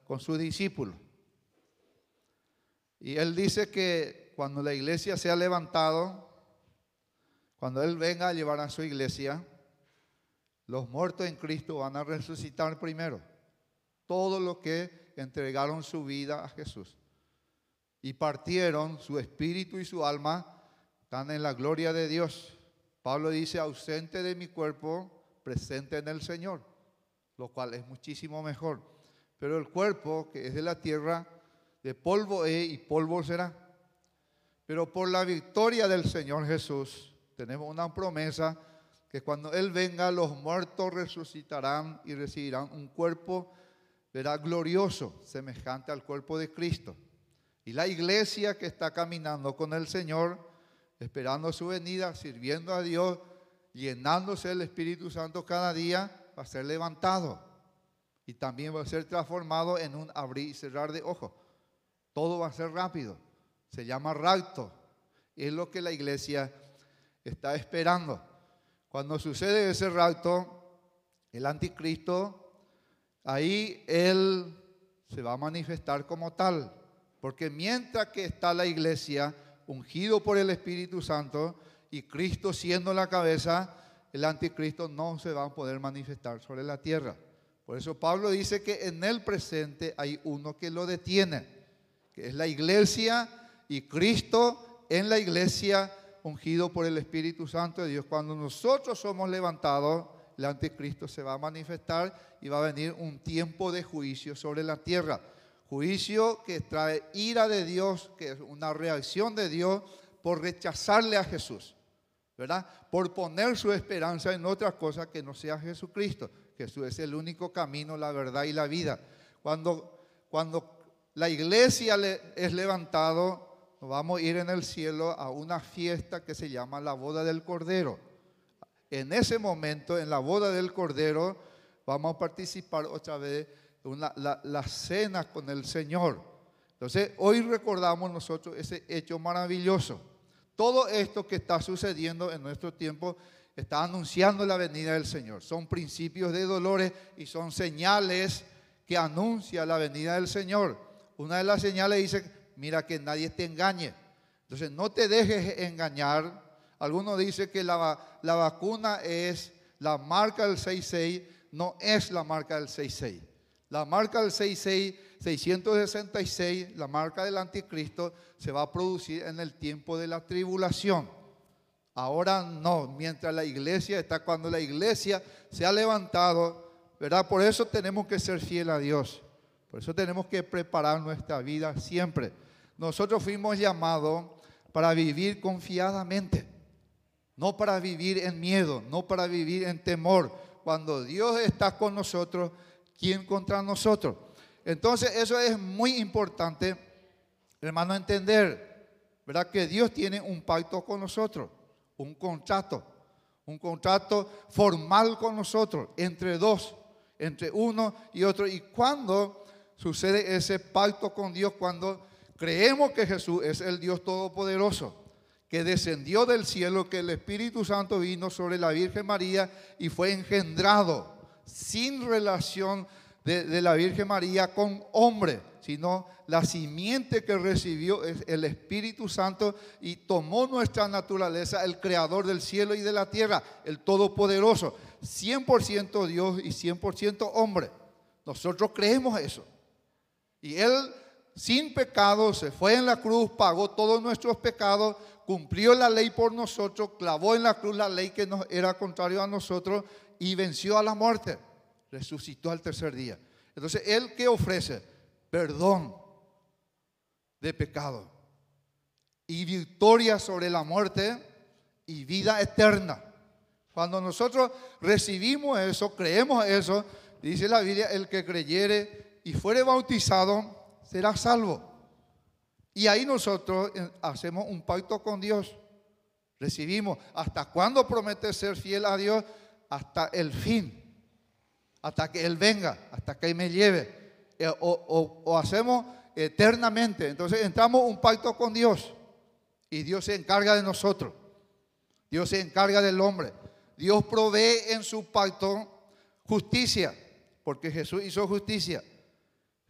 con sus discípulos. Y él dice que cuando la iglesia sea levantado, cuando él venga a llevar a su iglesia, los muertos en Cristo van a resucitar primero. Todos los que entregaron su vida a Jesús y partieron, su espíritu y su alma están en la gloria de Dios. Pablo dice, ausente de mi cuerpo, presente en el Señor, lo cual es muchísimo mejor. Pero el cuerpo, que es de la tierra, de polvo es y polvo será. Pero por la victoria del Señor Jesús, tenemos una promesa que cuando Él venga, los muertos resucitarán y recibirán un cuerpo, verá, glorioso, semejante al cuerpo de Cristo. Y la iglesia que está caminando con el Señor, esperando su venida, sirviendo a Dios, llenándose del Espíritu Santo cada día, va a ser levantado. Y también va a ser transformado en un abrir y cerrar de ojos. Todo va a ser rápido. Se llama rapto. Es lo que la iglesia está esperando. Cuando sucede ese rapto, el anticristo, ahí él se va a manifestar como tal. Porque mientras que está la iglesia ungido por el Espíritu Santo y Cristo siendo la cabeza, el anticristo no se va a poder manifestar sobre la tierra. Por eso Pablo dice que en el presente hay uno que lo detiene, que es la iglesia y Cristo en la iglesia ungido por el Espíritu Santo de Dios. Cuando nosotros somos levantados, el anticristo se va a manifestar y va a venir un tiempo de juicio sobre la tierra. Juicio que trae ira de Dios, que es una reacción de Dios por rechazarle a Jesús, ¿verdad? Por poner su esperanza en otra cosa que no sea Jesucristo. Jesús es el único camino, la verdad y la vida. Cuando la iglesia es levantado, nos vamos a ir en el cielo a una fiesta que se llama la boda del Cordero. En ese momento, en la boda del Cordero, vamos a participar otra vez en la cena con el Señor. Entonces, hoy recordamos nosotros ese hecho maravilloso. Todo esto que está sucediendo en nuestro tiempo está anunciando la venida del Señor. Son principios de dolores y son señales que anuncia la venida del Señor. Una de las señales dice, mira que nadie te engañe. Entonces no te dejes engañar. Algunos dicen que la vacuna es la marca del 66, no es la marca del 66. La marca del 66, 666, la marca del anticristo, se va a producir en el tiempo de la tribulación. Ahora no, mientras la iglesia está, cuando la iglesia se ha levantado, ¿verdad? Por eso tenemos que ser fieles a Dios. Por eso tenemos que preparar nuestra vida siempre. Nosotros fuimos llamados para vivir confiadamente, no para vivir en miedo, no para vivir en temor. Cuando Dios está con nosotros, ¿quién contra nosotros? Entonces eso es muy importante, hermano, entender, ¿verdad? Que Dios tiene un pacto con nosotros, un contrato formal con nosotros, entre dos, entre uno y otro. Y cuando sucede ese pacto con Dios, cuando creemos que Jesús es el Dios Todopoderoso, que descendió del cielo, que el Espíritu Santo vino sobre la Virgen María y fue engendrado sin relación de la Virgen María con hombre, sino la simiente que recibió es el Espíritu Santo y tomó nuestra naturaleza, el creador del cielo y de la tierra, el Todopoderoso, 100% Dios y 100% hombre. Nosotros creemos eso. Y Él, sin pecado, se fue en la cruz, pagó todos nuestros pecados, cumplió la ley por nosotros, clavó en la cruz la ley que nos era contrario a nosotros y venció a la muerte. Resucitó al tercer día. Entonces, ¿Él qué ofrece? Perdón de pecado y victoria sobre la muerte y vida eterna. Cuando nosotros recibimos eso, creemos eso, dice la Biblia, el que creyere y fuere bautizado será salvo. Y ahí nosotros hacemos un pacto con Dios. Recibimos. ¿Hasta cuándo promete ser fiel a Dios? Hasta el fin. Hasta que Él venga, hasta que Él me lleve. O hacemos eternamente. Entonces entramos un pacto con Dios. Y Dios se encarga de nosotros. Dios se encarga del hombre. Dios provee en su pacto justicia. Porque Jesús hizo justicia.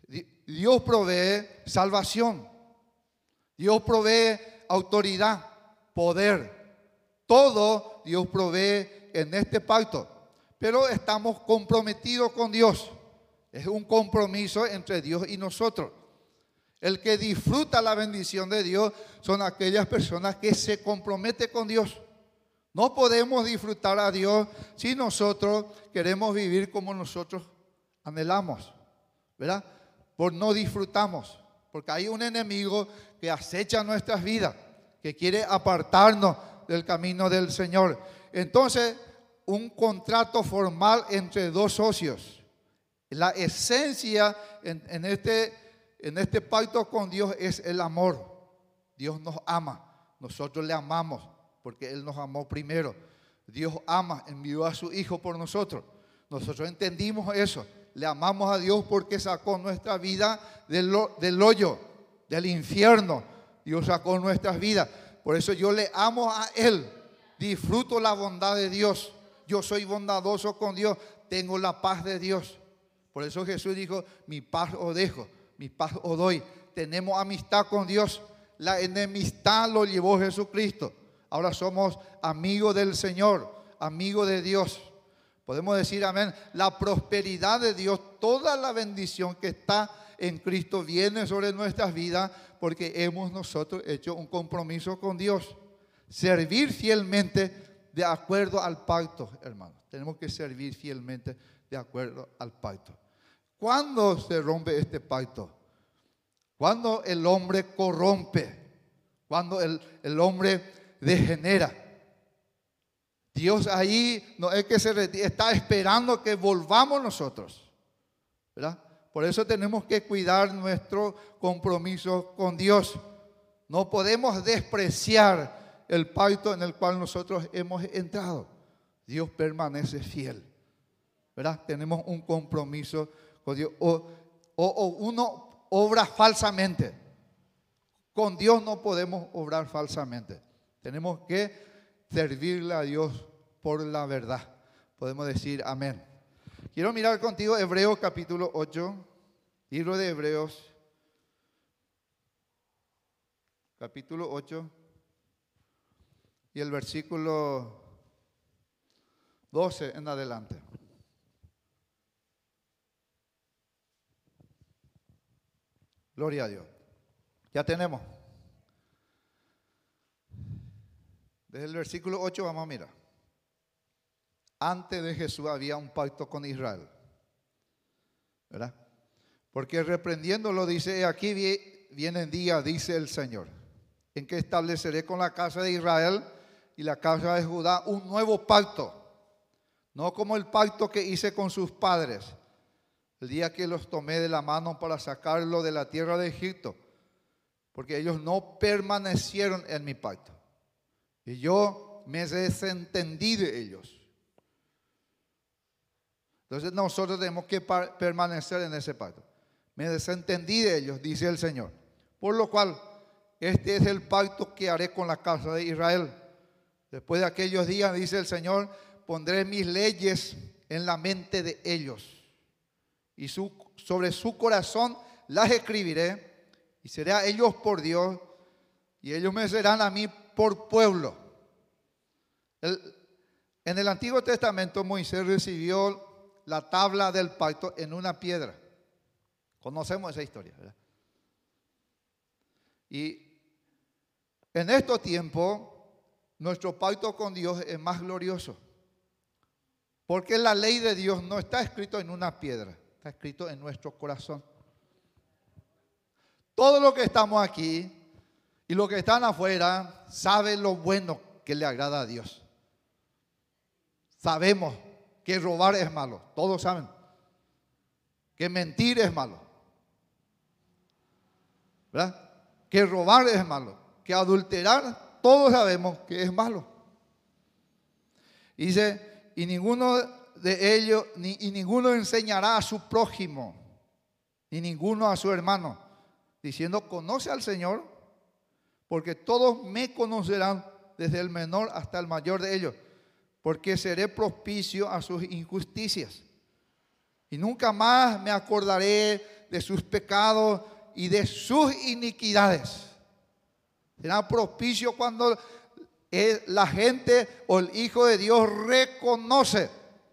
Dios provee salvación. Dios provee autoridad, poder. Todo Dios provee en este pacto. Pero estamos comprometidos con Dios. Es un compromiso entre Dios y nosotros. El que disfruta la bendición de Dios son aquellas personas que se comprometen con Dios. No podemos disfrutar a Dios si nosotros queremos vivir como nosotros anhelamos, ¿verdad? No disfrutamos, porque hay un enemigo que acecha nuestras vidas, que quiere apartarnos del camino del Señor. Entonces, un contrato formal entre dos socios. La esencia en este pacto con Dios es el amor. Dios nos ama, nosotros le amamos porque Él nos amó primero. Dios ama, envió a su Hijo por nosotros. Nosotros entendimos eso. Le amamos a Dios porque sacó nuestra vida del hoyo, del infierno. Dios sacó nuestras vidas. Por eso yo le amo a Él. Disfruto la bondad de Dios. Yo soy bondadoso con Dios. Tengo la paz de Dios. Por eso Jesús dijo, mi paz os dejo, mi paz os doy. Tenemos amistad con Dios. La enemistad lo llevó Jesucristo. Ahora somos amigos del Señor, amigos de Dios. Podemos decir amén. La prosperidad de Dios, toda la bendición que está en Cristo viene sobre nuestras vidas porque hemos nosotros hecho un compromiso con Dios. Servir fielmente de acuerdo al pacto, hermanos. Tenemos que servir fielmente de acuerdo al pacto. ¿Cuándo se rompe este pacto? Cuando el hombre corrompe, cuando el hombre degenera. Dios ahí no es que se retire, está esperando que volvamos nosotros, ¿verdad? Por eso tenemos que cuidar nuestro compromiso con Dios. No podemos despreciar el pacto en el cual nosotros hemos entrado. Dios permanece fiel, ¿verdad? Tenemos un compromiso con Dios. O uno obra falsamente. Con Dios no podemos obrar falsamente. Tenemos que servirle a Dios por la verdad. Podemos decir amén. Quiero mirar contigo Hebreos capítulo 8, libro de Hebreos, capítulo 8 y el versículo 12 en adelante. Gloria a Dios. Ya tenemos. Desde el versículo 8 vamos a mirar. Antes de Jesús había un pacto con Israel, ¿verdad? Porque reprendiéndolo dice, aquí vienen días, dice el Señor, en que estableceré con la casa de Israel y la casa de Judá un nuevo pacto, no como el pacto que hice con sus padres, el día que los tomé de la mano para sacarlo de la tierra de Egipto, porque ellos no permanecieron en mi pacto. Y yo me desentendí de ellos. Entonces nosotros tenemos que permanecer en ese pacto. Me desentendí de ellos, dice el Señor. Por lo cual, este es el pacto que haré con la casa de Israel. Después de aquellos días, dice el Señor, pondré mis leyes en la mente de ellos. Y sobre su corazón las escribiré. Y seré a ellos por Dios. Y ellos me serán a mí por pueblo. En el Antiguo Testamento Moisés recibió la tabla del pacto en una piedra. Conocemos esa historia, ¿verdad? Y en estos tiempos nuestro pacto con Dios es más glorioso. Porque la ley de Dios no está escrito en una piedra, está escrito en nuestro corazón. Todo lo que estamos aquí y los que están afuera saben lo bueno que le agrada a Dios. Sabemos que robar es malo, todos saben. Que mentir es malo, ¿verdad? Que robar es malo, que adulterar, todos sabemos que es malo. Dice, y ninguno de ellos, y ninguno enseñará a su prójimo, ni ninguno a su hermano, diciendo, conoce al Señor, porque todos me conocerán, desde el menor hasta el mayor de ellos, porque seré propicio a sus injusticias. Y nunca más me acordaré de sus pecados y de sus iniquidades. Será propicio cuando la gente o el Hijo de Dios reconoce,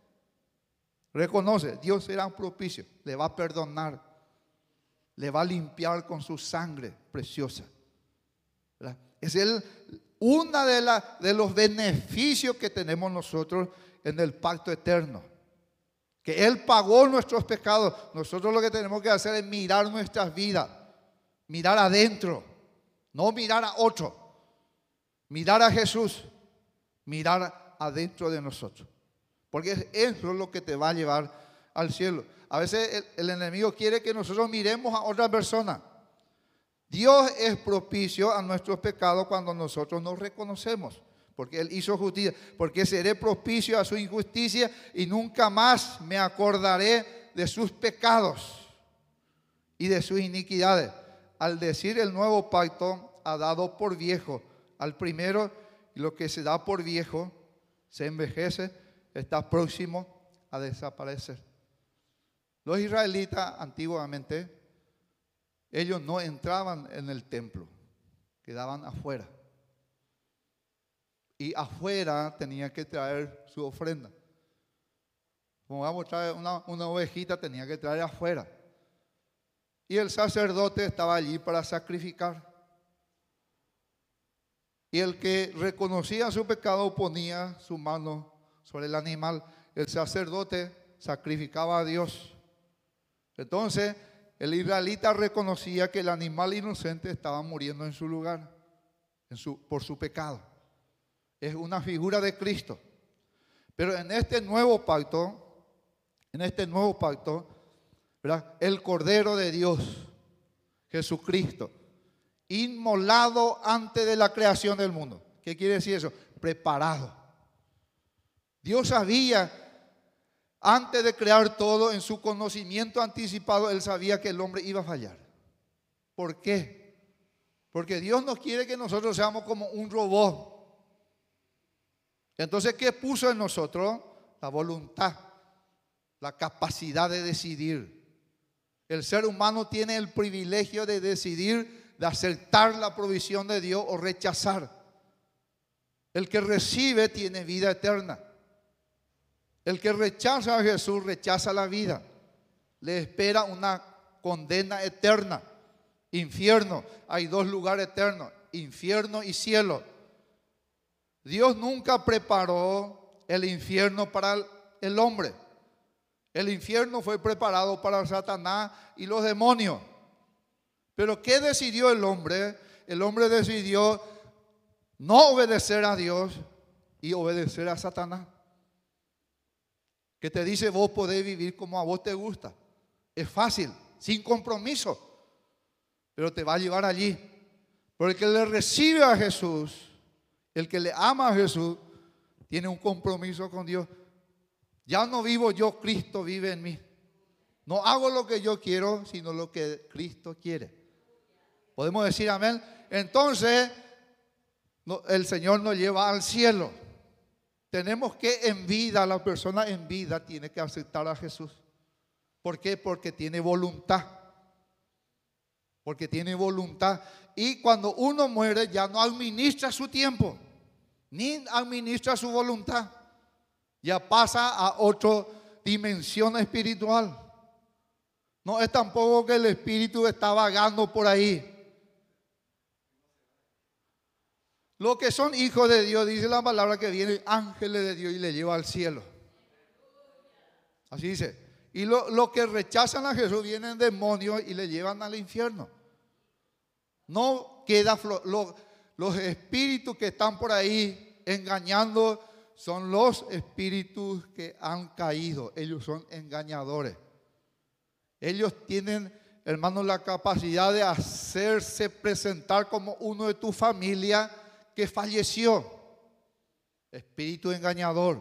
Dios será propicio, le va a perdonar, le va a limpiar con su sangre preciosa, ¿verdad? Es una de los beneficios que tenemos nosotros en el pacto eterno, que Él pagó nuestros pecados. Nosotros lo que tenemos que hacer es mirar nuestras vidas, mirar adentro, no mirar a otro, mirar a Jesús, mirar adentro de nosotros, porque eso es lo que te va a llevar al cielo. A veces el enemigo quiere que nosotros miremos a otra persona. Dios es propicio a nuestros pecados cuando nosotros nos reconocemos, porque Él hizo justicia, porque seré propicio a su injusticia y nunca más me acordaré de sus pecados y de sus iniquidades. Al decir el nuevo pacto ha dado por viejo al primero, y lo que se da por viejo se envejece, está próximo a desaparecer. Los israelitas antiguamente, ellos no entraban en el templo, quedaban afuera. Y afuera tenía que traer su ofrenda. Como vamos a traer una ovejita, tenía que traer afuera. Y el sacerdote estaba allí para sacrificar. Y el que reconocía su pecado ponía su mano sobre el animal. El sacerdote sacrificaba a Dios. Entonces, el israelita reconocía que el animal inocente estaba muriendo en su lugar, por su pecado. Es una figura de Cristo. Pero en este nuevo pacto, ¿verdad? El Cordero de Dios, Jesucristo, inmolado antes de la creación del mundo. ¿Qué quiere decir eso? Preparado. Dios sabía, antes de crear todo, en su conocimiento anticipado, Él sabía que el hombre iba a fallar. ¿Por qué? Porque Dios no quiere que nosotros seamos como un robot. Entonces, ¿qué puso en nosotros? La voluntad, la capacidad de decidir. El ser humano tiene el privilegio de decidir, de aceptar la provisión de Dios o rechazar. El que recibe tiene vida eterna. El que rechaza a Jesús rechaza la vida. Le espera una condena eterna. Infierno. Hay dos lugares eternos, infierno y cielo. Dios nunca preparó el infierno para el hombre. El infierno fue preparado para Satanás y los demonios. Pero ¿qué decidió el hombre? El hombre decidió no obedecer a Dios y obedecer a Satanás, que te dice: vos podés vivir como a vos te gusta. Es fácil, sin compromiso, pero te va a llevar allí. Pero el que le recibe a Jesús, el que le ama a Jesús, tiene un compromiso con Dios. Ya no vivo yo, Cristo vive en mí. No hago lo que yo quiero, sino lo que Cristo quiere. ¿Podemos decir amén? Entonces, el Señor nos lleva al cielo. Tenemos que en vida, la persona en vida tiene que aceptar a Jesús. ¿Por qué? Porque tiene voluntad. Porque tiene voluntad. Y cuando uno muere ya no administra su tiempo, ni administra su voluntad. Ya pasa a otra dimensión espiritual. No es tampoco que el espíritu está vagando por ahí. Los que son hijos de Dios, dice la palabra, que vienen ángeles de Dios y le lleva al cielo. Así dice. Y los que rechazan a Jesús vienen demonios y le llevan al infierno. No queda los espíritus que están por ahí engañando, son los espíritus que han caído. Ellos son engañadores. Ellos tienen, hermanos, la capacidad de hacerse presentar como uno de tu familia que falleció. Espíritu engañador.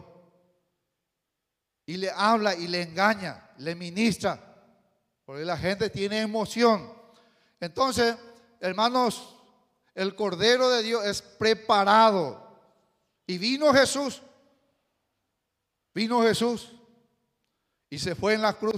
Y le habla y le engaña, le ministra, porque la gente tiene emoción. Entonces, hermanos, el Cordero de Dios es preparado. Y vino Jesús y se fue en la cruz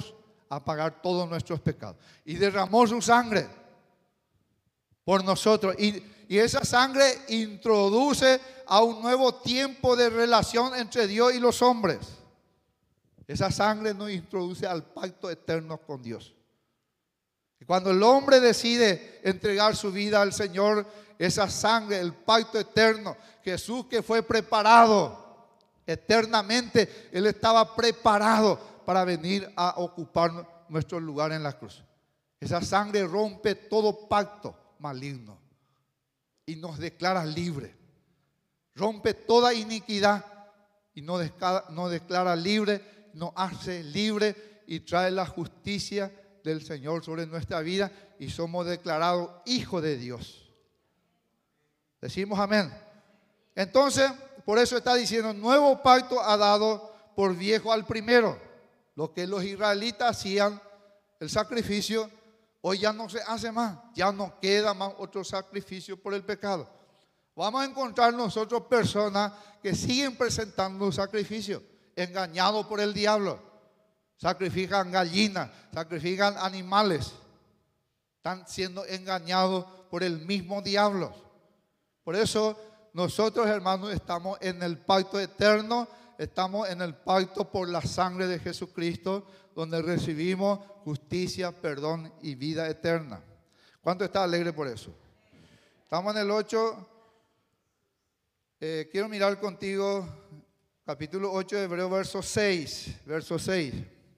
a pagar todos nuestros pecados. Y derramó su sangre por nosotros. Y esa sangre introduce a un nuevo tiempo de relación entre Dios y los hombres. Esa sangre nos introduce al pacto eterno con Dios. Y cuando el hombre decide entregar su vida al Señor, esa sangre, el pacto eterno, Jesús que fue preparado eternamente, Él estaba preparado para venir a ocupar nuestro lugar en la cruz. Esa sangre rompe todo pacto maligno y nos declara libre. Rompe toda iniquidad y nos declara libre, nos hace libre y trae la justicia del Señor sobre nuestra vida y somos declarados hijos de Dios. Decimos amén. Entonces, por eso está diciendo, nuevo pacto ha dado por viejo al primero. Lo que los israelitas hacían, el sacrificio, hoy ya no se hace más. Ya no queda más otro sacrificio por el pecado. Vamos a encontrar nosotros personas que siguen presentando sacrificio, engañados por el diablo. Sacrifican gallinas, sacrifican animales. Están siendo engañados por el mismo diablo. Por eso nosotros, hermanos, estamos en el pacto eterno. Estamos en el pacto por la sangre de Jesucristo, donde recibimos justicia, perdón y vida eterna. ¿Cuánto está alegre por eso? Estamos en el 8. Quiero mirar contigo capítulo 8 de Hebreos, verso 6. Verso 6.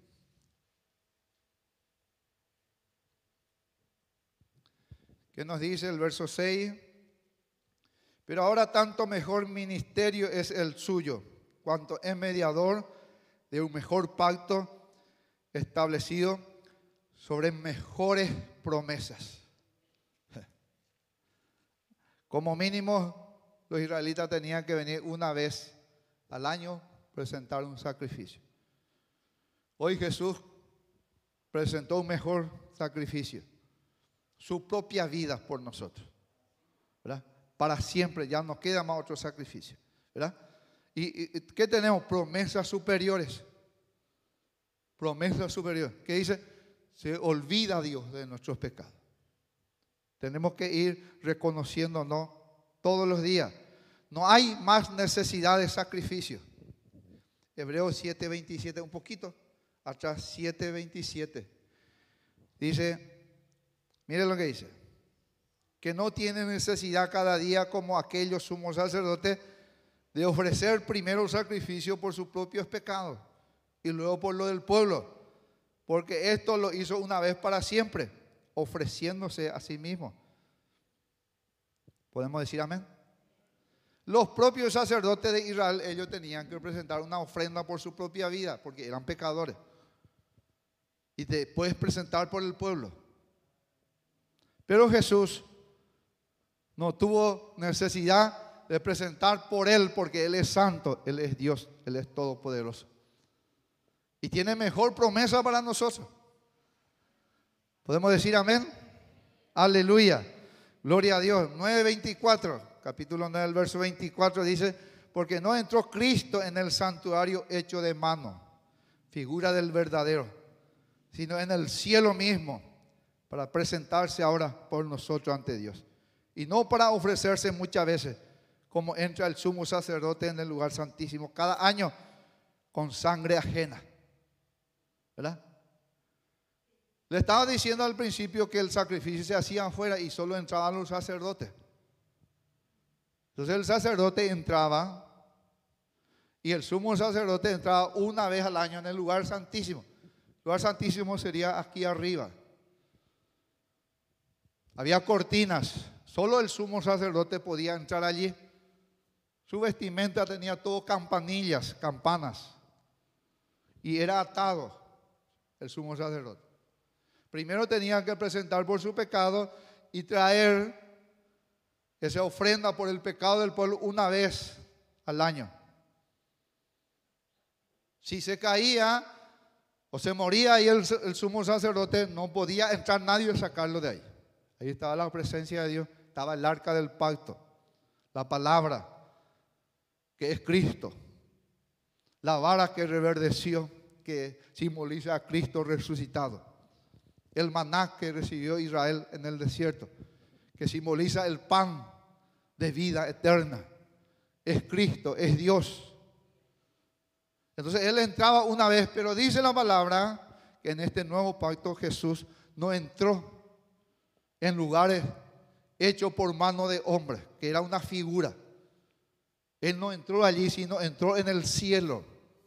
¿Qué nos dice el verso 6? Pero ahora tanto mejor ministerio es el suyo, cuanto es mediador de un mejor pacto establecido sobre mejores promesas. Como mínimo, los israelitas tenían que venir una vez al año a presentar un sacrificio. Hoy Jesús presentó un mejor sacrificio, su propia vida por nosotros, ¿verdad? Para siempre, ya no queda más otro sacrificio, ¿verdad? ¿Y qué tenemos? Promesas superiores. Promesas superiores. ¿Qué dice? Se olvida Dios de nuestros pecados. Tenemos que ir reconociéndonos todos los días. No hay más necesidad de sacrificio. Hebreos 7:27, un poquito atrás, 7:27. Dice, mire lo que dice. Que no tiene necesidad cada día como aquellos sumos sacerdotes de ofrecer primero el sacrificio por sus propios pecados y luego por lo del pueblo, porque esto lo hizo una vez para siempre, ofreciéndose a sí mismo. ¿Podemos decir amén? Los propios sacerdotes de Israel, ellos tenían que presentar una ofrenda por su propia vida, porque eran pecadores, y después presentar por el pueblo. Pero Jesús no tuvo necesidad de presentar por Él, porque Él es santo, Él es Dios, Él es todopoderoso. Y tiene mejor promesa para nosotros. ¿Podemos decir amén? Aleluya. Gloria a Dios. 9:24, capítulo 9, el verso 24 dice, porque no entró Cristo en el santuario hecho de mano, figura del verdadero, sino en el cielo mismo, para presentarse ahora por nosotros ante Dios. Y no para ofrecerse muchas veces, como entra el sumo sacerdote en el lugar santísimo cada año con sangre ajena. ¿Verdad? Le estaba diciendo al principio que el sacrificio se hacía afuera y solo entraban los sacerdotes. Entonces el sacerdote entraba y el sumo sacerdote entraba una vez al año en el lugar santísimo. El lugar santísimo sería aquí arriba. Había cortinas. Solo el sumo sacerdote podía entrar allí. Su vestimenta tenía todo campanillas, campanas. Y era atado el sumo sacerdote. Primero tenía que presentar por su pecado y traer esa ofrenda por el pecado del pueblo una vez al año. Si se caía o se moría ahí el sumo sacerdote, no podía entrar nadie a sacarlo de ahí. Ahí estaba la presencia de Dios. Estaba el arca del pacto, la palabra que es Cristo, la vara que reverdeció que simboliza a Cristo resucitado. El maná que recibió Israel en el desierto, que simboliza el pan de vida eterna. Es Cristo, es Dios. Entonces Él entraba una vez, pero dice la palabra que en este nuevo pacto Jesús no entró en lugares hechos por mano de hombres, que era una figura. Él no entró allí, sino entró en el cielo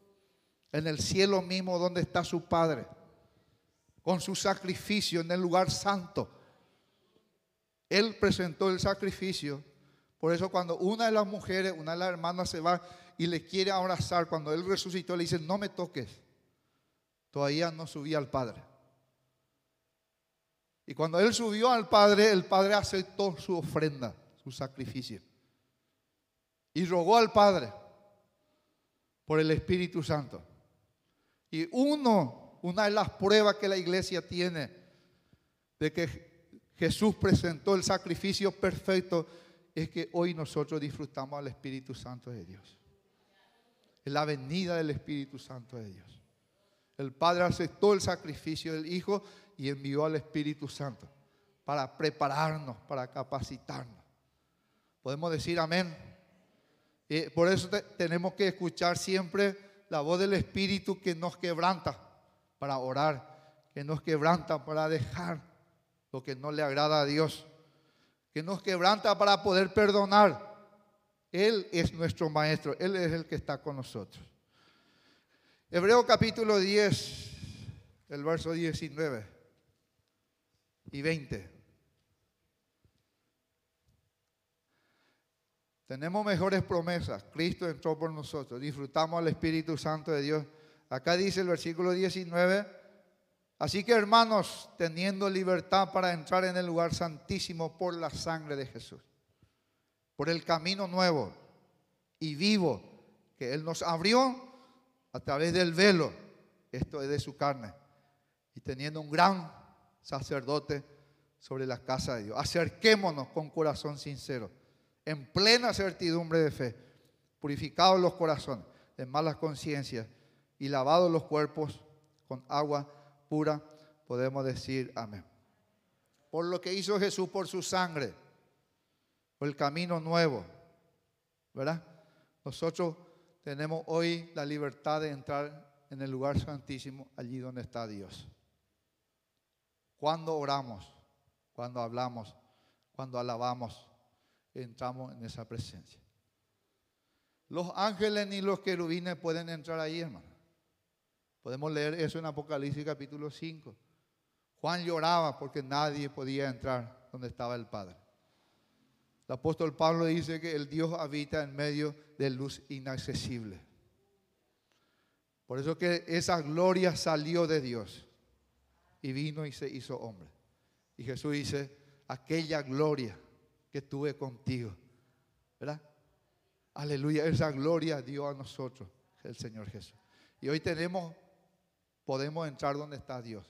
mismo donde está su Padre, con su sacrificio en el lugar santo. Él presentó el sacrificio. Por eso cuando una de las mujeres, una de las hermanas se va y le quiere abrazar, cuando Él resucitó le dice, no me toques, todavía no subí al Padre. Y cuando Él subió al Padre, el Padre aceptó su ofrenda, su sacrificio. Y rogó al Padre por el Espíritu Santo. Y una de las pruebas que la iglesia tiene de que Jesús presentó el sacrificio perfecto es que hoy nosotros disfrutamos al Espíritu Santo de Dios. Es la venida del Espíritu Santo de Dios. El Padre aceptó el sacrificio del Hijo y envió al Espíritu Santo para prepararnos, para capacitarnos. Podemos decir amén. Por eso tenemos que escuchar siempre la voz del Espíritu que nos quebranta para orar, que nos quebranta para dejar lo que no le agrada a Dios, que nos quebranta para poder perdonar. Él es nuestro Maestro, Él es el que está con nosotros. Hebreos capítulo 10, el verso 19 y 20. Tenemos mejores promesas. Cristo entró por nosotros. Disfrutamos al Espíritu Santo de Dios. Acá dice el versículo 19. Así que hermanos, teniendo libertad para entrar en el lugar santísimo por la sangre de Jesús, por el camino nuevo y vivo que Él nos abrió a través del velo, esto es de su carne, y teniendo un gran sacerdote sobre la casa de Dios, acerquémonos con corazón sincero, en plena certidumbre de fe, purificados los corazones de malas conciencias y lavados los cuerpos con agua pura, podemos decir amén. Por lo que hizo Jesús por su sangre, por el camino nuevo, ¿verdad? Nosotros tenemos hoy la libertad de entrar en el lugar santísimo, allí donde está Dios. Cuando oramos, cuando hablamos, cuando alabamos, entramos en esa presencia. Los ángeles ni los querubines pueden entrar ahí, hermano. Podemos leer eso en Apocalipsis capítulo 5. Juan lloraba porque nadie podía entrar donde estaba el Padre. El apóstol Pablo dice que el Dios habita en medio de luz inaccesible. Por eso que esa gloria salió de Dios y vino y se hizo hombre. Y Jesús dice, aquella gloria que tuve contigo, ¿verdad? Aleluya, esa gloria dio a nosotros el Señor Jesús. Y hoy podemos entrar donde está Dios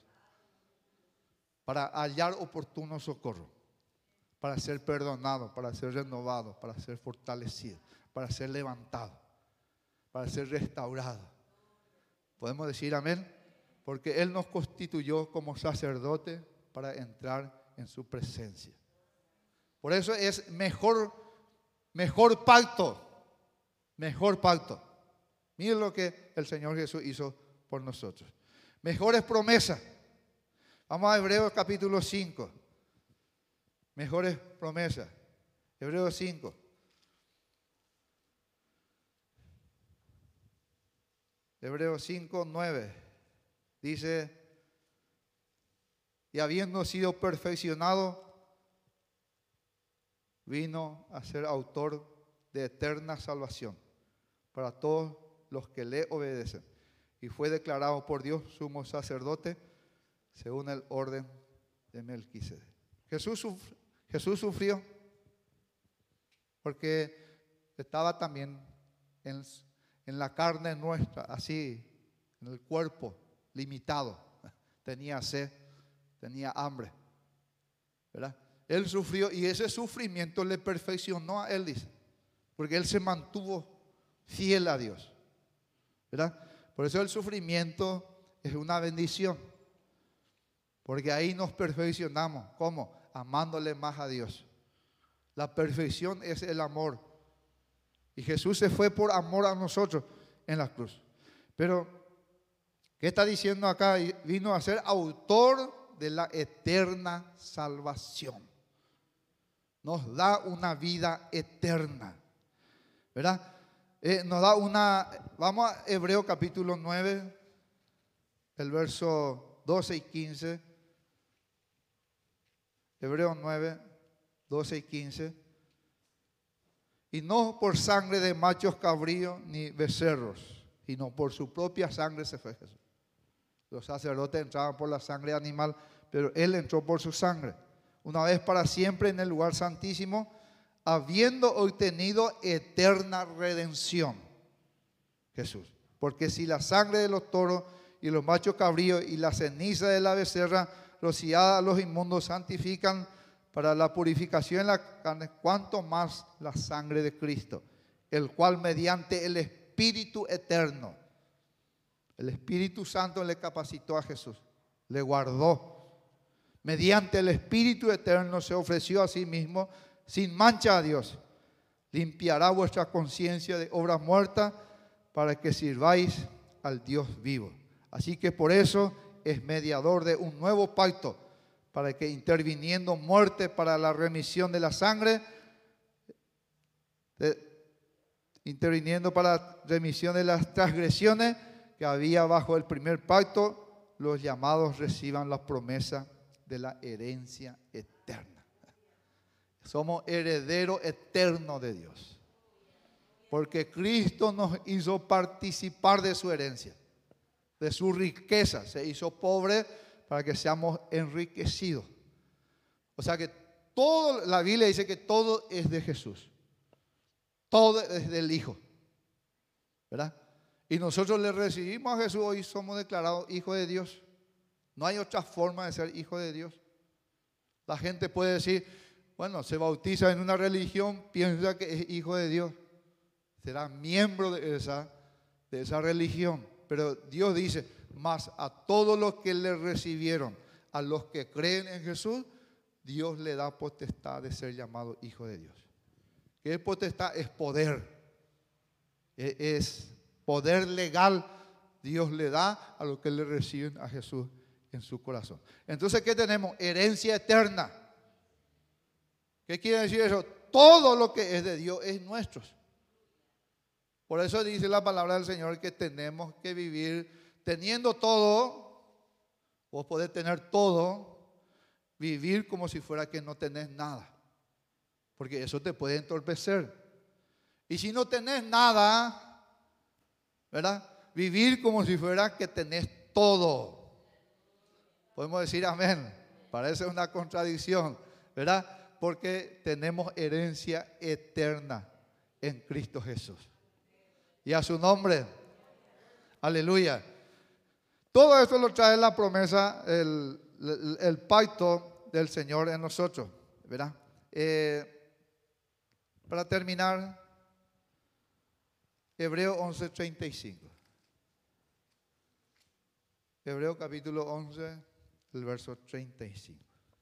para hallar oportuno socorro, para ser perdonado, para ser renovado, para ser fortalecido, para ser levantado, para ser restaurado. Podemos decir amén, porque Él nos constituyó como sacerdote para entrar en su presencia. Por eso es mejor pacto. Mejor pacto. Miren lo que el Señor Jesús hizo por nosotros. Mejores promesas. Vamos a Hebreos capítulo 5. Mejores promesas. Hebreos 5. Hebreos 5, 9. Dice, y habiendo sido perfeccionado, vino a ser autor de eterna salvación para todos los que le obedecen. Y fue declarado por Dios sumo sacerdote según el orden de Melquisedec. Jesús sufrió porque estaba también en la carne nuestra, así, en el cuerpo limitado. Tenía sed, tenía hambre, ¿verdad? Él sufrió y ese sufrimiento le perfeccionó a él, dice, porque él se mantuvo fiel a Dios, ¿verdad? Por eso el sufrimiento es una bendición. Porque ahí nos perfeccionamos. ¿Cómo? Amándole más a Dios. La perfección es el amor. Y Jesús se fue por amor a nosotros en la cruz. Pero, ¿qué está diciendo acá? Vino a ser autor de la eterna salvación. Nos da una vida eterna. ¿Verdad? Nos da una... Vamos a Hebreo capítulo 9, el verso 12 y 15. Hebreo 9, 12 y 15. Y no por sangre de machos cabríos ni becerros, sino por su propia sangre se fue Jesús. Los sacerdotes entraban por la sangre animal, pero Él entró por su sangre. Una vez para siempre en el lugar santísimo, habiendo obtenido eterna redención. Jesús. Porque si la sangre de los toros y los machos cabríos y la ceniza de la becerra rociada a los inmundos santifican para la purificación de la carne, cuanto más la sangre de Cristo, el cual mediante el Espíritu eterno, el Espíritu Santo le capacitó a Jesús, le guardó. Mediante el Espíritu eterno se ofreció a sí mismo sin mancha a Dios. Limpiará vuestra conciencia de obras muertas para que sirváis al Dios vivo. Así que por eso es mediador de un nuevo pacto, para que interviniendo muerte para la remisión de la sangre, interviniendo para la remisión de las transgresiones que había bajo el primer pacto, los llamados reciban la promesa de la herencia eterna. Somos herederos eternos de Dios, porque Cristo nos hizo participar de su herencia, de su riqueza. Se hizo pobre para que seamos enriquecidos. O sea que todo, la Biblia dice que todo es de Jesús. Todo es del Hijo. ¿Verdad? Y nosotros le recibimos a Jesús, hoy somos declarados hijos de Dios. No hay otra forma de ser hijo de Dios. La gente puede decir, bueno, se bautiza en una religión, piensa que es hijo de Dios. Será miembro de esa religión. Pero Dios dice, mas a todos los que le recibieron, a los que creen en Jesús, Dios le da potestad de ser llamado hijo de Dios. ¿Qué es potestad? Es poder. Es poder legal. Dios le da a los que le reciben a Jesús en su corazón. Entonces, ¿qué tenemos? Herencia eterna. ¿Qué quiere decir eso? Todo lo que es de Dios es nuestro. Por eso dice la palabra del Señor que tenemos que vivir teniendo todo. Vos podés tener todo, vivir como si fuera que no tenés nada, porque eso te puede entorpecer. Y si no tenés nada, ¿verdad? Vivir como si fuera que tenés todo. Podemos decir amén. Parece una contradicción, ¿verdad? Porque tenemos herencia eterna en Cristo Jesús. Y a su nombre, aleluya. Todo esto lo trae la promesa, el pacto del Señor en nosotros, ¿verdad? Para terminar, Hebreo 11:35. Hebreo capítulo 11, el verso 35.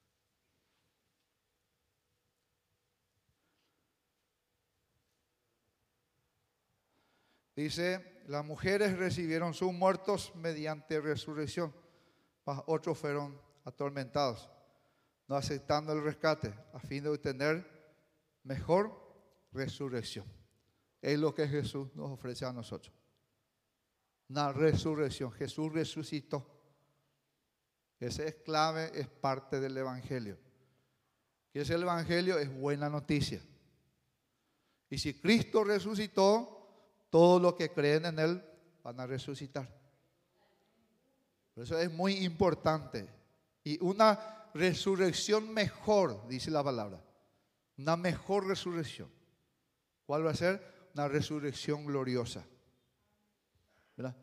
Dice, las mujeres recibieron sus muertos mediante resurrección, mas otros fueron atormentados, no aceptando el rescate, a fin de obtener mejor resurrección. Es lo que Jesús nos ofrece a nosotros. Una resurrección. Jesús resucitó. Ese es clave, es parte del Evangelio. ¿Qué es el Evangelio? Es buena noticia. Y si Cristo resucitó, todos los que creen en Él van a resucitar. Por eso es muy importante. Y una resurrección mejor, dice la palabra. Una mejor resurrección. ¿Cuál va a ser? Una resurrección gloriosa. ¿Verdad?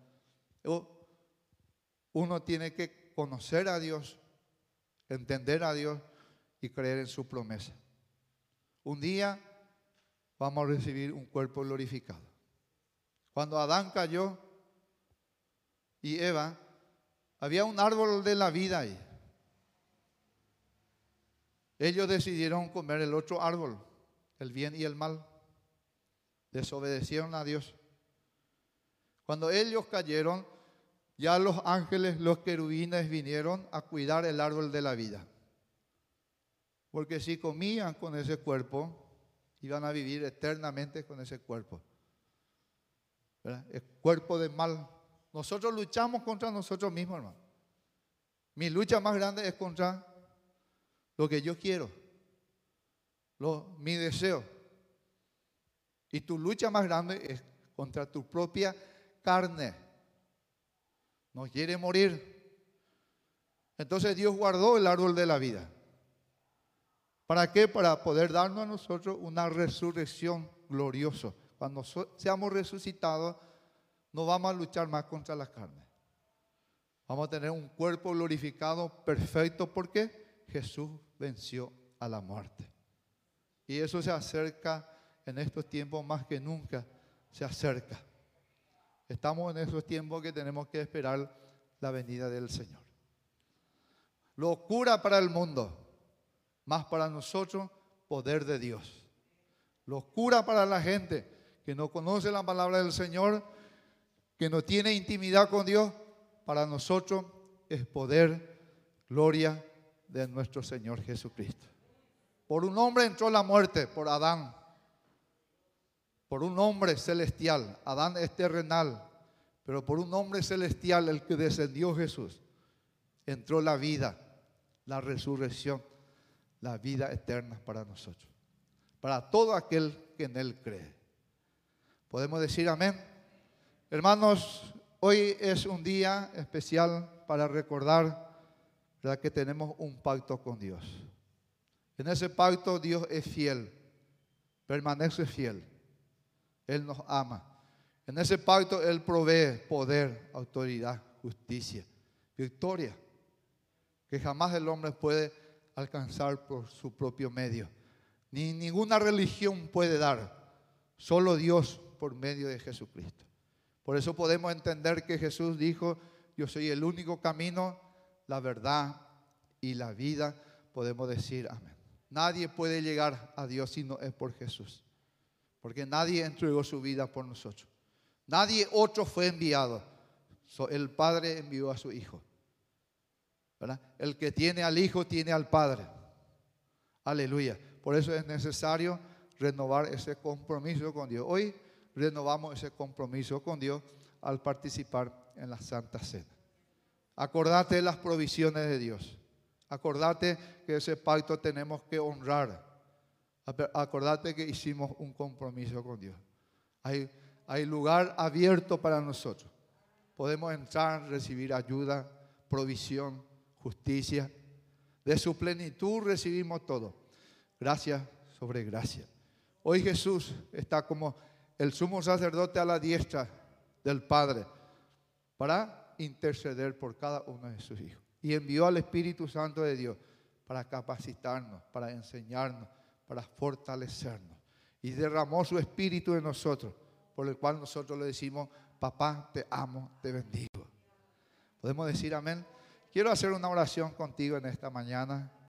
Uno tiene que conocer a Dios, entender a Dios y creer en su promesa. Un día vamos a recibir un cuerpo glorificado. Cuando Adán cayó, y Eva, había un árbol de la vida ahí. Ellos decidieron comer el otro árbol, el bien y el mal. Desobedecieron a Dios. Cuando ellos cayeron, ya los ángeles, los querubines vinieron a cuidar el árbol de la vida. Porque si comían con ese cuerpo, iban a vivir eternamente con ese cuerpo. ¿Verdad? El cuerpo de mal. Nosotros luchamos contra nosotros mismos, hermano. Mi lucha más grande es contra lo que yo quiero, mi deseo. Y tu lucha más grande es contra tu propia carne. No quiere morir. Entonces Dios guardó el árbol de la vida. ¿Para qué? Para poder darnos a nosotros una resurrección gloriosa. Cuando seamos resucitados, no vamos a luchar más contra la carne. Vamos a tener un cuerpo glorificado, perfecto, porque Jesús venció a la muerte. Y eso se acerca en estos tiempos más que nunca, se acerca. Estamos en esos tiempos que tenemos que esperar la venida del Señor. Locura para el mundo, más para nosotros, poder de Dios. Locura para la gente que no conoce la palabra del Señor, que no tiene intimidad con Dios. Para nosotros es poder, gloria de nuestro Señor Jesucristo. Por un hombre entró la muerte, por Adán. Por un hombre celestial. Adán es terrenal, pero por un hombre celestial, el que descendió Jesús, entró la vida, la resurrección, la vida eterna para nosotros. Para todo aquel que en Él cree. ¿Podemos decir amén? Hermanos, hoy es un día especial para recordar, ¿verdad?, que tenemos un pacto con Dios. En ese pacto Dios es fiel, permanece fiel. Él nos ama. En ese pacto Él provee poder, autoridad, justicia, victoria, que jamás el hombre puede alcanzar por su propio medio. Ni ninguna religión puede dar, solo Dios por medio de Jesucristo. Por eso podemos entender que Jesús dijo: yo soy el único camino, la verdad y la vida. Podemos decir amén. Nadie puede llegar a Dios si no es por Jesús, porque nadie entregó su vida por nosotros. Nadie otro fue enviado. El Padre envió a su Hijo, ¿verdad? El que tiene al Hijo tiene al Padre. Aleluya. Por eso es necesario renovar ese compromiso con Dios. Hoy renovamos ese compromiso con Dios al participar en la Santa Cena. Acordate de las provisiones de Dios. Acordate que ese pacto tenemos que honrar. Acordate que hicimos un compromiso con Dios. Hay lugar abierto para nosotros. Podemos entrar, recibir ayuda, provisión, justicia. De su plenitud recibimos todo. Gracia sobre gracia. Hoy Jesús está como el sumo sacerdote a la diestra del Padre para interceder por cada uno de sus hijos. Y envió al Espíritu Santo de Dios para capacitarnos, para enseñarnos, para fortalecernos. Y derramó su Espíritu en nosotros, por el cual nosotros le decimos: papá, te amo, te bendigo. ¿Podemos decir amén? Quiero hacer una oración contigo en esta mañana.